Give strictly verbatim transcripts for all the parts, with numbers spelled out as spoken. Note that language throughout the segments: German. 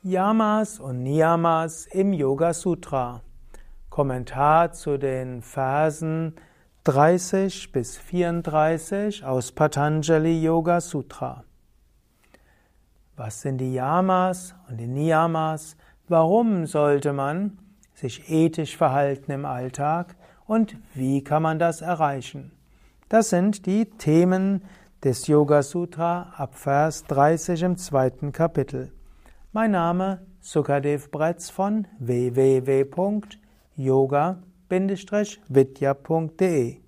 Yamas und Niyamas im Yoga Sutra. Kommentar zu den Versen dreißig bis vierunddreißig aus Patanjali Yoga Sutra. Was sind die Yamas und die Niyamas? Warum sollte man sich ethisch verhalten im Alltag und wie kann man das erreichen? Das sind die Themen des Yoga Sutra ab Vers dreißig im zweiten Kapitel. Mein Name Sukadev Bretz von w w w punkt yoga vidya punkt de.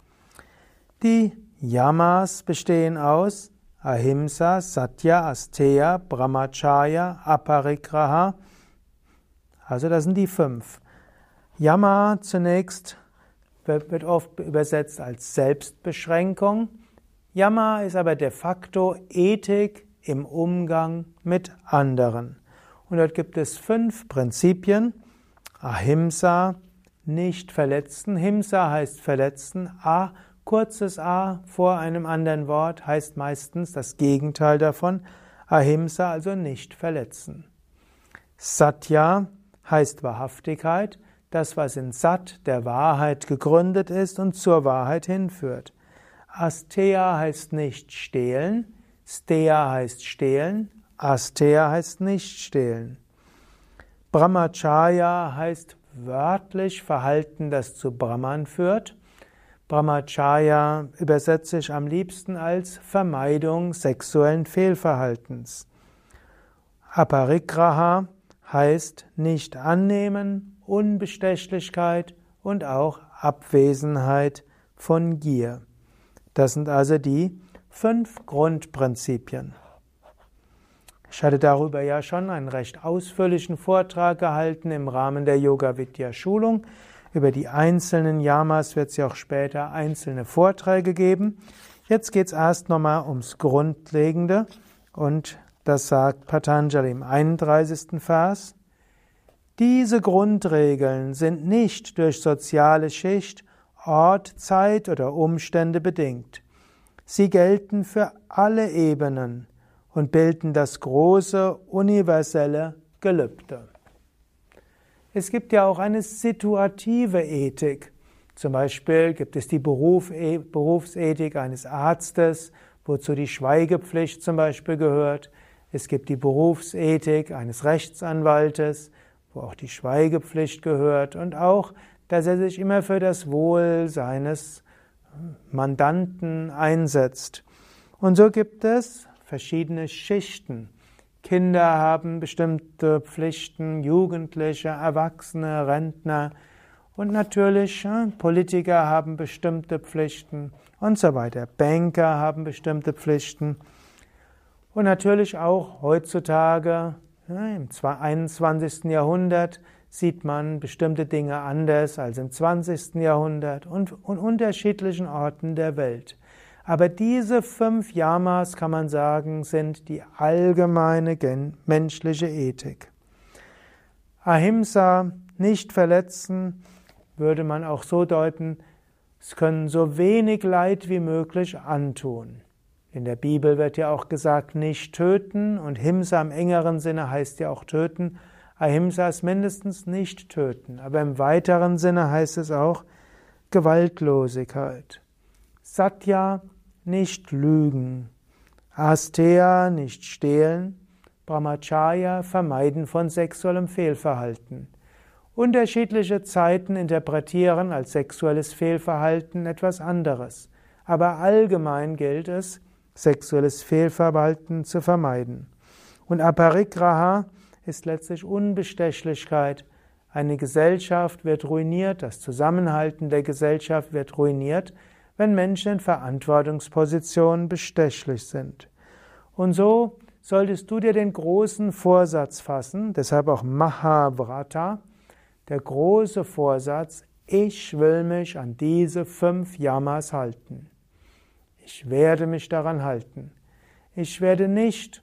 Die Yamas bestehen aus Ahimsa, Satya, Asteya, Brahmacharya, Aparigraha. Also das sind die fünf. Yama zunächst wird oft übersetzt als Selbstbeschränkung. Yama ist aber de facto Ethik im Umgang mit anderen. Und dort gibt es fünf Prinzipien. Ahimsa, nicht verletzen. Himsa heißt verletzen. A, kurzes A vor einem anderen Wort heißt meistens das Gegenteil davon. Ahimsa, also nicht verletzen. Satya heißt Wahrhaftigkeit. Das, was in Sat, der Wahrheit, gegründet ist und zur Wahrheit hinführt. Asteya heißt nicht stehlen. Steya heißt stehlen, Asteya heißt nicht stehlen. Brahmacharya heißt wörtlich Verhalten, das zu Brahman führt. Brahmacharya übersetze ich am liebsten als Vermeidung sexuellen Fehlverhaltens. Aparigraha heißt nicht annehmen, Unbestechlichkeit und auch Abwesenheit von Gier. Das sind also die fünf Grundprinzipien. Ich hatte darüber ja schon einen recht ausführlichen Vortrag gehalten im Rahmen der Yoga Vidya Schulung. Über die einzelnen Yamas wird es ja auch später einzelne Vorträge geben. Jetzt geht es erst nochmal ums Grundlegende und das sagt Patanjali im einunddreißigsten Vers. Diese Grundregeln sind nicht durch soziale Schicht, Ort, Zeit oder Umstände bedingt. Sie gelten für alle Ebenen und bilden das große, universelle Gelübde. Es gibt ja auch eine situative Ethik. Zum Beispiel gibt es die Beruf, Berufsethik eines Arztes, wozu die Schweigepflicht zum Beispiel gehört. Es gibt die Berufsethik eines Rechtsanwaltes, wo auch die Schweigepflicht gehört und auch, dass er sich immer für das Wohl seines Mandanten einsetzt. Und so gibt es verschiedene Schichten. Kinder haben bestimmte Pflichten, Jugendliche, Erwachsene, Rentner und natürlich ja, Politiker haben bestimmte Pflichten und so weiter. Banker haben bestimmte Pflichten und natürlich auch heutzutage ja, im einundzwanzigsten Jahrhundert sieht man bestimmte Dinge anders als im zwanzigsten Jahrhundert und in unterschiedlichen Orten der Welt. Aber diese fünf Yamas, kann man sagen, sind die allgemeine menschliche Ethik. Ahimsa, nicht verletzen, würde man auch so deuten, es können so wenig Leid wie möglich antun. In der Bibel wird ja auch gesagt, nicht töten und Himsa im engeren Sinne heißt ja auch töten. Ahimsa ist mindestens nicht töten, aber im weiteren Sinne heißt es auch Gewaltlosigkeit. Satya, nicht lügen. Asteya, nicht stehlen. Brahmacharya, vermeiden von sexuellem Fehlverhalten. Unterschiedliche Zeiten interpretieren als sexuelles Fehlverhalten etwas anderes, aber allgemein gilt es, sexuelles Fehlverhalten zu vermeiden. Und Aparigraha ist letztlich Unbestechlichkeit. Eine Gesellschaft wird ruiniert, das Zusammenhalten der Gesellschaft wird ruiniert, wenn Menschen in Verantwortungspositionen bestechlich sind. Und so solltest du dir den großen Vorsatz fassen, deshalb auch Mahavrata, der große Vorsatz, ich will mich an diese fünf Yamas halten. Ich werde mich daran halten. Ich werde nicht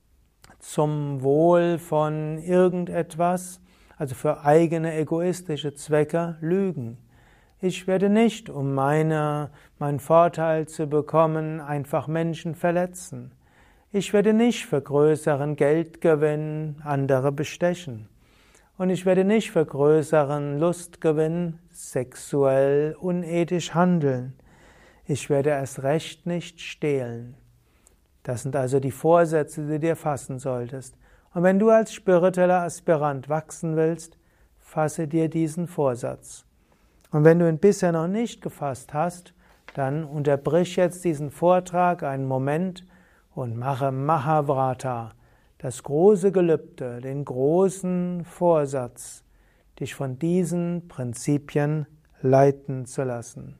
zum Wohl von irgendetwas, also für eigene egoistische Zwecke, lügen. Ich werde nicht, um meine, meinen Vorteil zu bekommen, einfach Menschen verletzen. Ich werde nicht für größeren Geldgewinn andere bestechen. Und ich werde nicht für größeren Lustgewinn sexuell unethisch handeln. Ich werde erst recht nicht stehlen. Das sind also die Vorsätze, die du dir fassen solltest. Und wenn du als spiritueller Aspirant wachsen willst, fasse dir diesen Vorsatz. Und wenn du ihn bisher noch nicht gefasst hast, dann unterbrich jetzt diesen Vortrag einen Moment und mache Mahavrata, das große Gelübde, den großen Vorsatz, dich von diesen Prinzipien leiten zu lassen.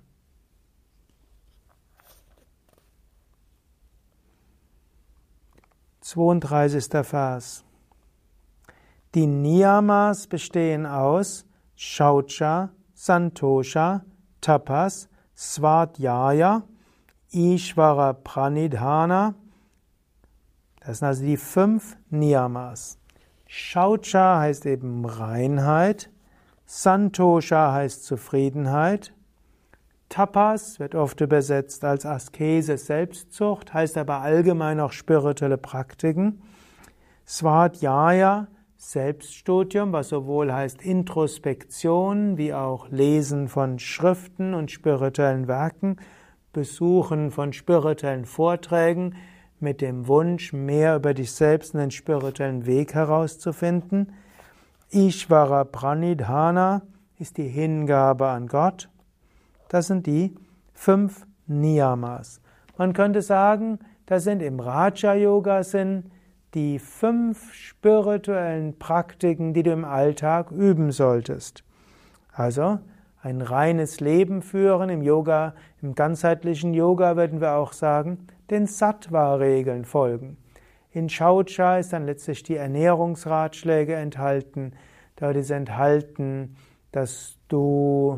zweiunddreißigster Vers. Die Niyamas bestehen aus Shaucha, Santosha, Tapas, Svadhyaya, Ishvara Pranidhana. Das sind also die fünf Niyamas. Shaucha heißt eben Reinheit, Santosha heißt Zufriedenheit, Tapas wird oft übersetzt als Askese, Selbstzucht, heißt aber allgemein auch spirituelle Praktiken. Svadhyaya, Selbststudium, was sowohl heißt Introspektion wie auch Lesen von Schriften und spirituellen Werken, Besuchen von spirituellen Vorträgen mit dem Wunsch, mehr über dich selbst und den spirituellen Weg herauszufinden. Ishvara Pranidhana ist die Hingabe an Gott. Das sind die fünf Niyamas. Man könnte sagen, das sind im Raja Yoga sind die fünf spirituellen Praktiken, die du im Alltag üben solltest. Also ein reines Leben führen im Yoga, im ganzheitlichen Yoga würden wir auch sagen, den Sattva-Regeln folgen. In Shaucha ist dann letztlich die Ernährungsratschläge enthalten. Dort ist enthalten, dass du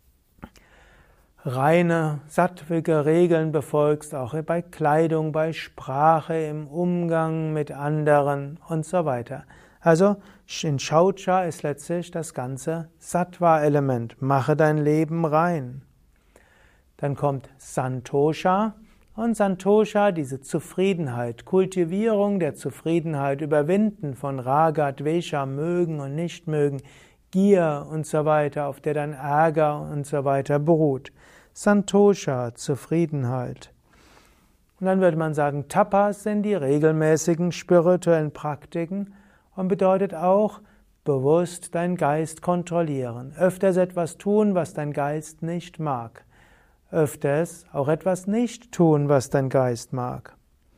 reine, sattwige Regeln befolgst, auch bei Kleidung, bei Sprache, im Umgang mit anderen und so weiter. Also in Shaucha ist letztlich das ganze Sattva-Element. Mache dein Leben rein. Dann kommt Santosha und Santosha, diese Zufriedenheit, Kultivierung der Zufriedenheit, Überwinden von Raga, Dvesha, mögen und nicht mögen, Gier und so weiter, auf der dein Ärger und so weiter beruht. Santosha, Zufriedenheit. Und dann würde man sagen, Tapas sind die regelmäßigen spirituellen Praktiken und bedeutet auch bewusst deinen Geist kontrollieren. Öfters etwas tun, was dein Geist nicht mag. Öfters auch etwas nicht tun, was dein Geist mag.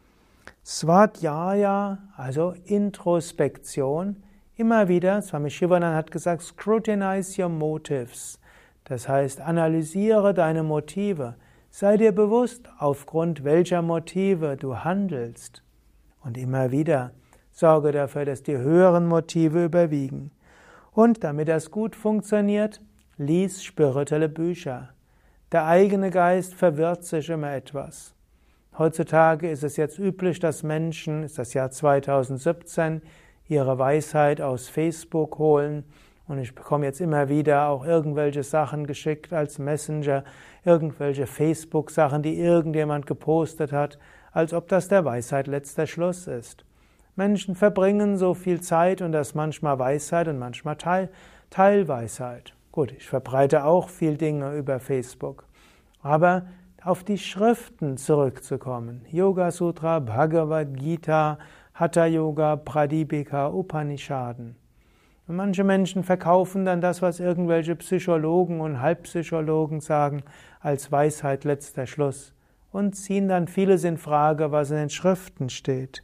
Svadhyaya, also Introspektion, immer wieder, Swami Shivananda hat gesagt, scrutinize your motives. Das heißt, analysiere deine Motive. Sei dir bewusst, aufgrund welcher Motive du handelst. Und immer wieder sorge dafür, dass die höheren Motive überwiegen. Und damit das gut funktioniert, lies spirituelle Bücher. Der eigene Geist verwirrt sich immer etwas. Heutzutage ist es jetzt üblich, dass Menschen, ist das Jahr zweitausendsiebzehn, ihre Weisheit aus Facebook holen. Und ich bekomme jetzt immer wieder auch irgendwelche Sachen geschickt als Messenger, irgendwelche Facebook-Sachen, die irgendjemand gepostet hat, als ob das der Weisheit letzter Schluss ist. Menschen verbringen so viel Zeit und das manchmal Weisheit und manchmal Teil, Teilweisheit. Gut, ich verbreite auch viel Dinge über Facebook. Aber auf die Schriften zurückzukommen. Yoga Sutra, Bhagavad Gita, Hatha Yoga, Pradipika, Upanishaden. Und manche Menschen verkaufen dann das, was irgendwelche Psychologen und Halbpsychologen sagen, als Weisheit letzter Schluss und ziehen dann vieles in Frage, was in den Schriften steht.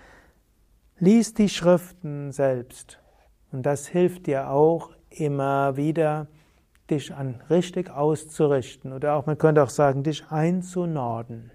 Lies die Schriften selbst und das hilft dir auch immer wieder, dich an richtig auszurichten oder auch, man könnte auch sagen, dich einzunorden.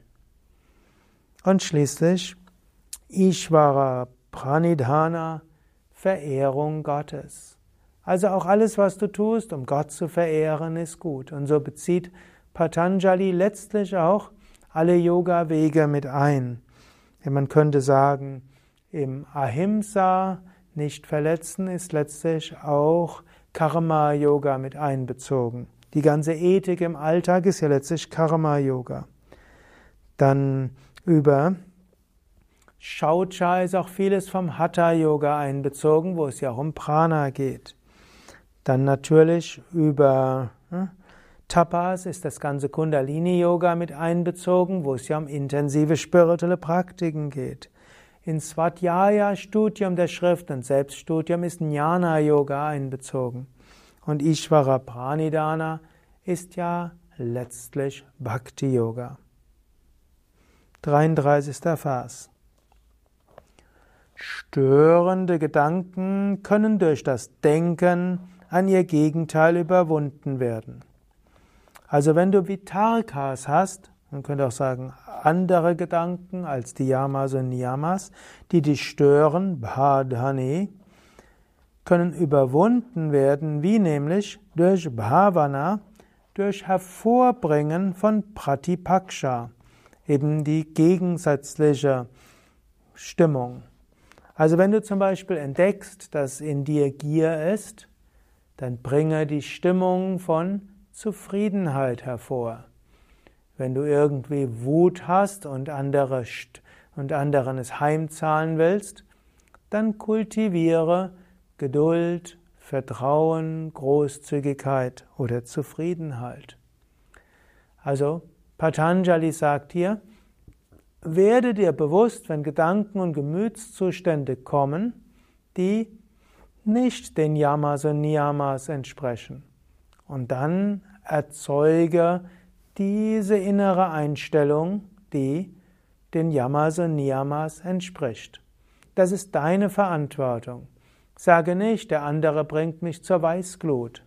Und schließlich Ishvara Pranidhana, Verehrung Gottes. Also auch alles, was du tust, um Gott zu verehren, ist gut. Und so bezieht Patanjali letztlich auch alle Yoga-Wege mit ein. Man könnte sagen, im Ahimsa, nicht verletzen, ist letztlich auch Karma-Yoga mit einbezogen. Die ganze Ethik im Alltag ist ja letztlich Karma-Yoga. Dann über Shaucha ist auch vieles vom Hatha-Yoga einbezogen, wo es ja auch um Prana geht. Dann natürlich über hm, Tapas ist das ganze Kundalini-Yoga mit einbezogen, wo es ja um intensive spirituelle Praktiken geht. In Svadhyaya, Studium der Schrift und Selbststudium, ist Jnana-Yoga einbezogen. Und Ishvara Pranidhana ist ja letztlich Bhakti-Yoga. dreiunddreißigster Vers. Störende Gedanken können durch das Denken an ihr Gegenteil überwunden werden. Also wenn du Vitarkas hast, man könnte auch sagen andere Gedanken als die Yamas und Niyamas, die dich stören, Bhadhani, können überwunden werden, wie nämlich durch Bhavana, durch Hervorbringen von Pratipaksha, eben die gegensätzliche Stimmung. Also wenn du zum Beispiel entdeckst, dass in dir Gier ist, dann bringe die Stimmung von Zufriedenheit hervor. Wenn du irgendwie Wut hast und andere und anderen es heimzahlen willst, dann kultiviere Geduld, Vertrauen, Großzügigkeit oder Zufriedenheit. Also Patanjali sagt hier, werde dir bewusst, wenn Gedanken und Gemütszustände kommen, die nicht den Yamas und Niyamas entsprechen. Und dann erzeuge diese innere Einstellung, die den Yamas und Niyamas entspricht. Das ist deine Verantwortung. Sage nicht, der andere bringt mich zur Weißglut,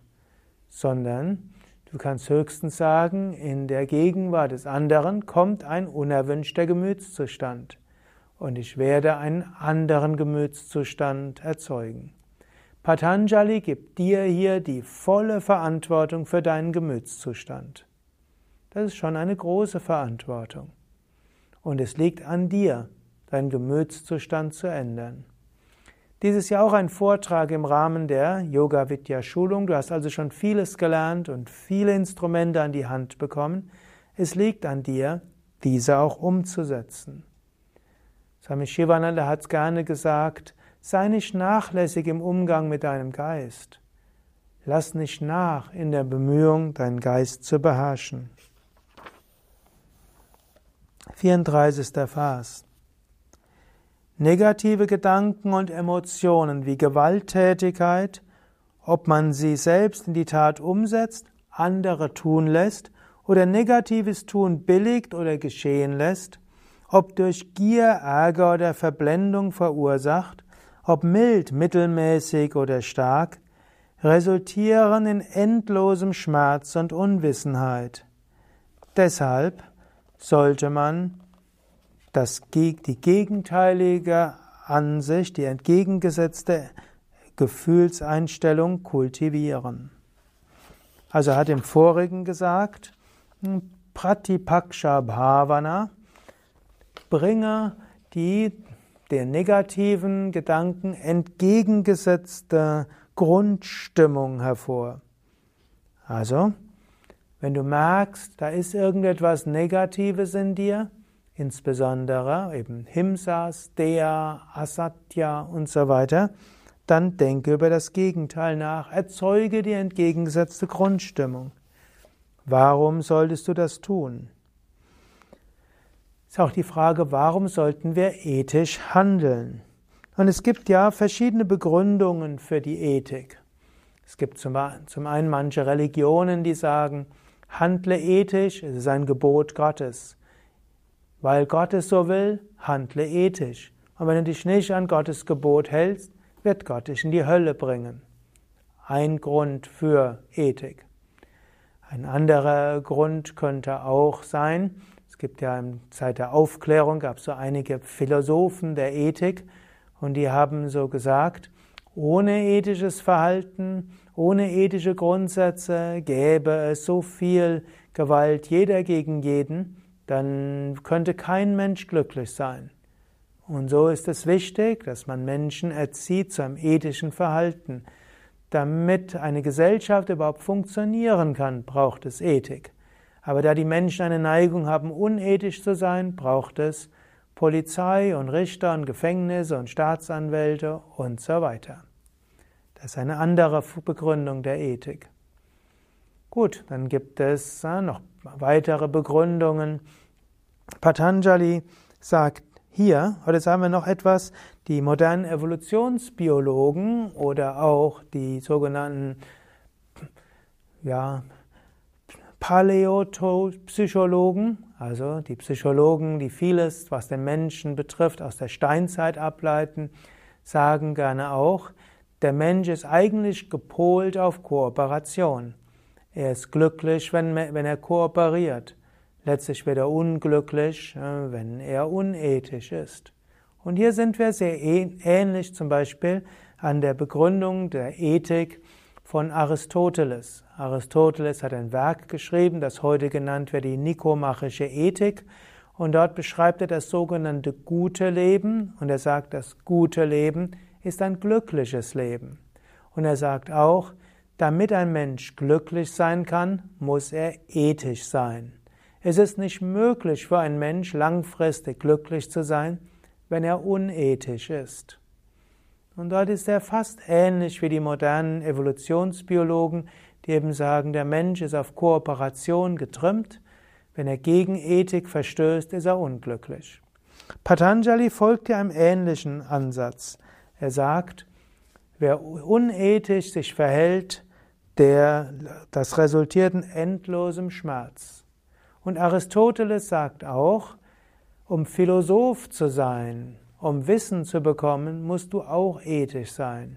sondern du kannst höchstens sagen, in der Gegenwart des anderen kommt ein unerwünschter Gemütszustand und ich werde einen anderen Gemütszustand erzeugen. Patanjali gibt dir hier die volle Verantwortung für deinen Gemütszustand. Das ist schon eine große Verantwortung. Und es liegt an dir, deinen Gemütszustand zu ändern. Dies ist ja auch ein Vortrag im Rahmen der Yoga-Vidya-Schulung. Du hast also schon vieles gelernt und viele Instrumente an die Hand bekommen. Es liegt an dir, diese auch umzusetzen. Swami Shivananda hat es gerne gesagt, sei nicht nachlässig im Umgang mit deinem Geist. Lass nicht nach in der Bemühung, deinen Geist zu beherrschen. vierunddreißigster Vers. Negative Gedanken und Emotionen wie Gewalttätigkeit, ob man sie selbst in die Tat umsetzt, andere tun lässt oder negatives Tun billigt oder geschehen lässt, ob durch Gier, Ärger oder Verblendung verursacht, ob mild, mittelmäßig oder stark, resultieren in endlosem Schmerz und Unwissenheit. Deshalb sollte man das, die gegenteilige Ansicht, die entgegengesetzte Gefühlseinstellung kultivieren. Also er hat im Vorigen gesagt, Pratipaksha Bhavana, bringe die der negativen Gedanken entgegengesetzte Grundstimmung hervor. Also, wenn du merkst, da ist irgendetwas Negatives in dir, insbesondere eben Himsa, Steya, Asatya und so weiter, dann denke über das Gegenteil nach, erzeuge die entgegengesetzte Grundstimmung. Warum solltest du das tun? Ist auch die Frage, warum sollten wir ethisch handeln? Und es gibt ja verschiedene Begründungen für die Ethik. Es gibt zum, zum einen manche Religionen, die sagen, handle ethisch, es ist ein Gebot Gottes. Weil Gott es so will, handle ethisch. Und wenn du dich nicht an Gottes Gebot hältst, wird Gott dich in die Hölle bringen. Ein Grund für Ethik. Ein anderer Grund könnte auch sein, es gibt ja in Zeit der Aufklärung, gab es so einige Philosophen der Ethik und die haben so gesagt, ohne ethisches Verhalten, ohne ethische Grundsätze gäbe es so viel Gewalt jeder gegen jeden, dann könnte kein Mensch glücklich sein. Und so ist es wichtig, dass man Menschen erzieht zu einem ethischen Verhalten. Damit eine Gesellschaft überhaupt funktionieren kann, braucht es Ethik. Aber da die Menschen eine Neigung haben, unethisch zu sein, braucht es Polizei und Richter und Gefängnisse und Staatsanwälte und so weiter. Das ist eine andere Begründung der Ethik. Gut, dann gibt es äh, noch weitere Begründungen. Patanjali sagt hier, oder sagen wir noch etwas, die modernen Evolutionsbiologen oder auch die sogenannten ja, Paläopsychologen, also die Psychologen, die vieles, was den Menschen betrifft, aus der Steinzeit ableiten, sagen gerne auch, der Mensch ist eigentlich gepolt auf Kooperation. Er ist glücklich, wenn, wenn er kooperiert. Letztlich wird er unglücklich, wenn er unethisch ist. Und hier sind wir sehr ähnlich zum Beispiel an der Begründung der Ethik von Aristoteles. Aristoteles hat ein Werk geschrieben, das heute genannt wird die Nikomachische Ethik. Und dort beschreibt er das sogenannte gute Leben. Und er sagt, das gute Leben ist ein glückliches Leben. Und er sagt auch, damit ein Mensch glücklich sein kann, muss er ethisch sein. Es ist nicht möglich für einen Mensch langfristig glücklich zu sein, wenn er unethisch ist. Und dort ist er fast ähnlich wie die modernen Evolutionsbiologen, die eben sagen, der Mensch ist auf Kooperation getrimmt, wenn er gegen Ethik verstößt, ist er unglücklich. Patanjali folgt ja einem ähnlichen Ansatz. Er sagt, wer unethisch sich verhält, der, das resultiert in endlosem Schmerz. Und Aristoteles sagt auch, um Philosoph zu sein, um Wissen zu bekommen, musst du auch ethisch sein.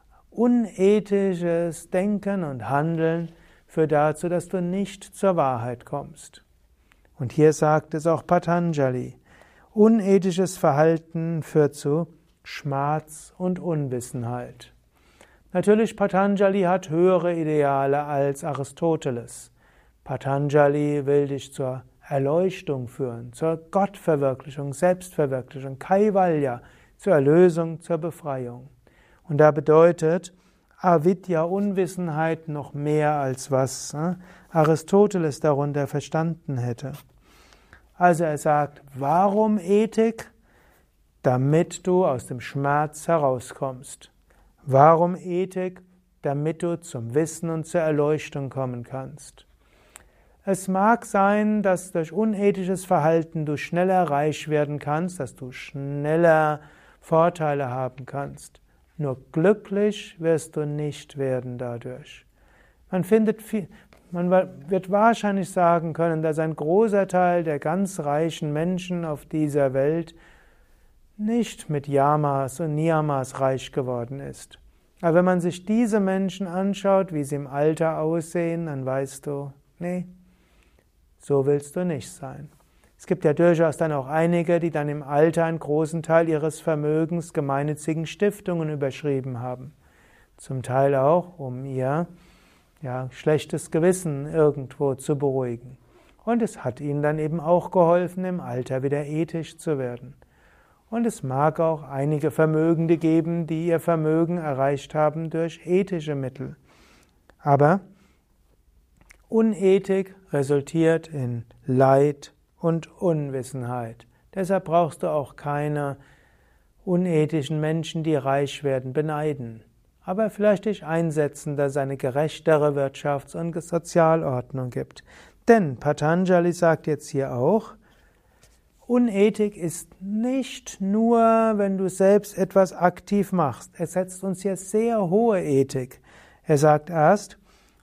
Unethisches Denken und Handeln führt dazu, dass du nicht zur Wahrheit kommst. Und hier sagt es auch Patanjali, unethisches Verhalten führt zu Schmerz und Unwissenheit. Natürlich, Patanjali hat höhere Ideale als Aristoteles. Patanjali will dich zur Erleuchtung führen, zur Gottverwirklichung, Selbstverwirklichung, Kaivalya, zur Erlösung, zur Befreiung. Und da bedeutet Avidya, Unwissenheit, noch mehr als was äh, Aristoteles darunter verstanden hätte. Also er sagt, warum Ethik? Damit du aus dem Schmerz herauskommst. Warum Ethik? Damit du zum Wissen und zur Erleuchtung kommen kannst. Es mag sein, dass durch unethisches Verhalten du schneller reich werden kannst, dass du schneller Vorteile haben kannst. Nur glücklich wirst du nicht werden dadurch. Man findet viel, man wird wahrscheinlich sagen können, dass ein großer Teil der ganz reichen Menschen auf dieser Welt nicht mit Yamas und Niyamas reich geworden ist. Aber wenn man sich diese Menschen anschaut, wie sie im Alter aussehen, dann weißt du, nee, so willst du nicht sein. Es gibt ja durchaus dann auch einige, die dann im Alter einen großen Teil ihres Vermögens gemeinnützigen Stiftungen überschrieben haben. Zum Teil auch, um ihr ja, schlechtes Gewissen irgendwo zu beruhigen. Und es hat ihnen dann eben auch geholfen, im Alter wieder ethisch zu werden. Und es mag auch einige Vermögende geben, die ihr Vermögen erreicht haben durch ethische Mittel. Aber Unethik resultiert in Leid und Unwissenheit. Deshalb brauchst du auch keine unethischen Menschen, die reich werden, beneiden. Aber vielleicht dich einsetzen, dass es eine gerechtere Wirtschafts- und Sozialordnung gibt. Denn Patanjali sagt jetzt hier auch, Unethik ist nicht nur, wenn du selbst etwas aktiv machst. Er setzt uns hier sehr hohe Ethik. Er sagt erst,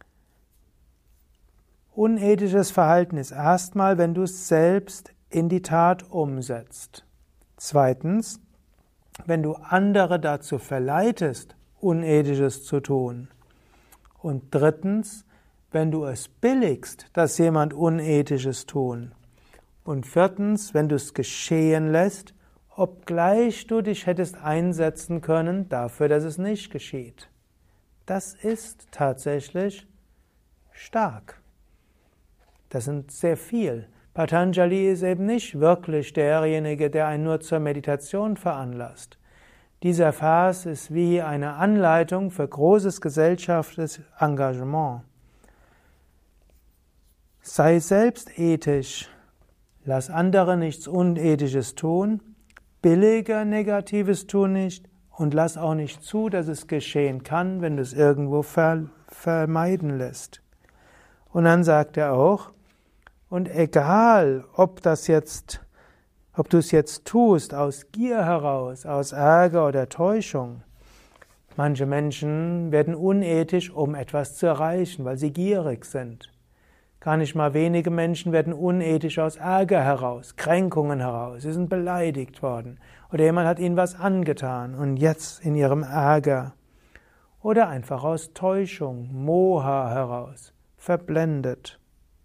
unethisches Verhalten ist erstmal, wenn du es selbst in die Tat umsetzt. Zweitens, wenn du andere dazu verleitest, Unethisches zu tun. Und drittens, wenn du es billigst, dass jemand Unethisches tun. Und viertens, wenn du es geschehen lässt, obgleich du dich hättest einsetzen können dafür, dass es nicht geschieht. Das ist tatsächlich stark. Das sind sehr viel. Patanjali ist eben nicht wirklich derjenige, der einen nur zur Meditation veranlasst. Dieser Vers ist wie eine Anleitung für großes gesellschaftliches Engagement. Sei selbst ethisch, Lass andere nichts Unethisches tun, billige Negatives tun nicht und lass auch nicht zu, dass es geschehen kann, wenn du es irgendwo ver vermeiden lässt. Und dann sagt er auch, und egal, ob das jetzt, ob du es jetzt tust aus Gier heraus, aus Ärger oder Täuschung. Manche Menschen werden unethisch, um etwas zu erreichen, weil sie gierig sind. Gar nicht mal wenige Menschen werden unethisch aus Ärger heraus, Kränkungen heraus. Sie sind beleidigt worden oder jemand hat ihnen was angetan und jetzt in ihrem Ärger. Oder einfach aus Täuschung, Moha heraus, verblendet.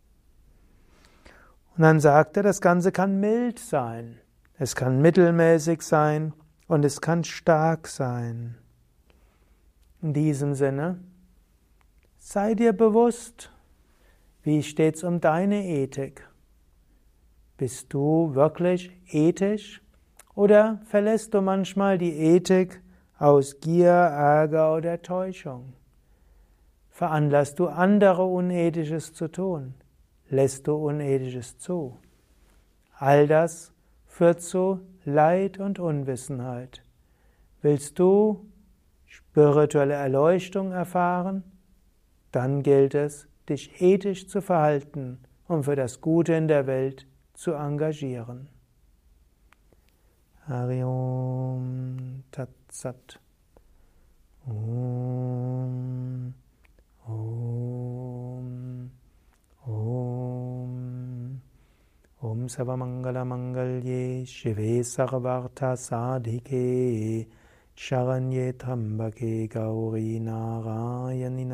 Und dann sagt er, das Ganze kann mild sein, es kann mittelmäßig sein und es kann stark sein. In diesem Sinne, sei dir bewusst, wie steht's um deine Ethik? Bist du wirklich ethisch oder verlässt du manchmal die Ethik aus Gier, Ärger oder Täuschung? Veranlasst du andere Unethisches zu tun? Lässt du Unethisches zu? All das führt zu Leid und Unwissenheit. Willst du spirituelle Erleuchtung erfahren? Dann gilt es, dich ethisch zu verhalten und für das Gute in der Welt zu engagieren. Hari Om Tat Sat. Om Om Om Om Sarvamangala Mangalye Shive Sarvartha Sadhike Sharanye Trambake Gauri Narayani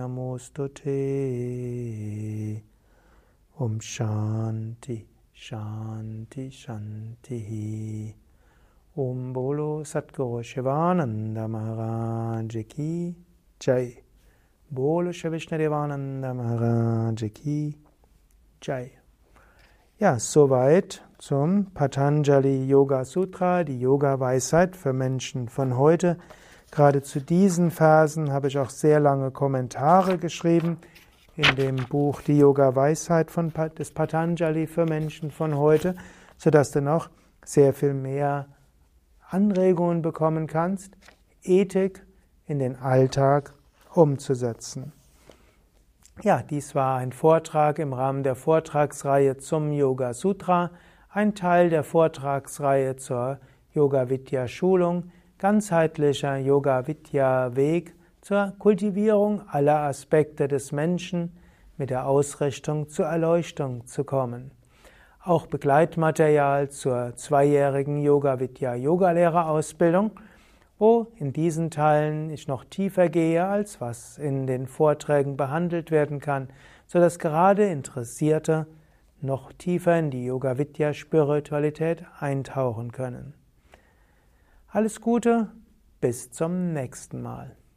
Namostute. Om Shanti, Shanti, Shanti. Om Bolo Satguru Shivananda Maharaj Ki Jai. Bolo Shri Vishnadevananda Maharaj Ki Jai. Ja, soweit zum Patanjali Yoga Sutra, die Yoga-Weisheit für Menschen von heute. Gerade zu diesen Versen habe ich auch sehr lange Kommentare geschrieben in dem Buch Die Yoga-Weisheit von, des Patanjali für Menschen von heute, sodass du noch sehr viel mehr Anregungen bekommen kannst, Ethik in den Alltag umzusetzen. Ja, dies war ein Vortrag im Rahmen der Vortragsreihe zum Yoga Sutra, ein Teil der Vortragsreihe zur Yoga Vidya Schulung, ganzheitlicher Yoga Vidya Weg zur Kultivierung aller Aspekte des Menschen mit der Ausrichtung zur Erleuchtung zu kommen. Auch Begleitmaterial zur zweijährigen Yoga Vidya Yogalehrerausbildung, wo in diesen Teilen ich noch tiefer gehe, als was in den Vorträgen behandelt werden kann, sodass gerade Interessierte noch tiefer in die Yoga Vidya Spiritualität eintauchen können. Alles Gute, bis zum nächsten Mal.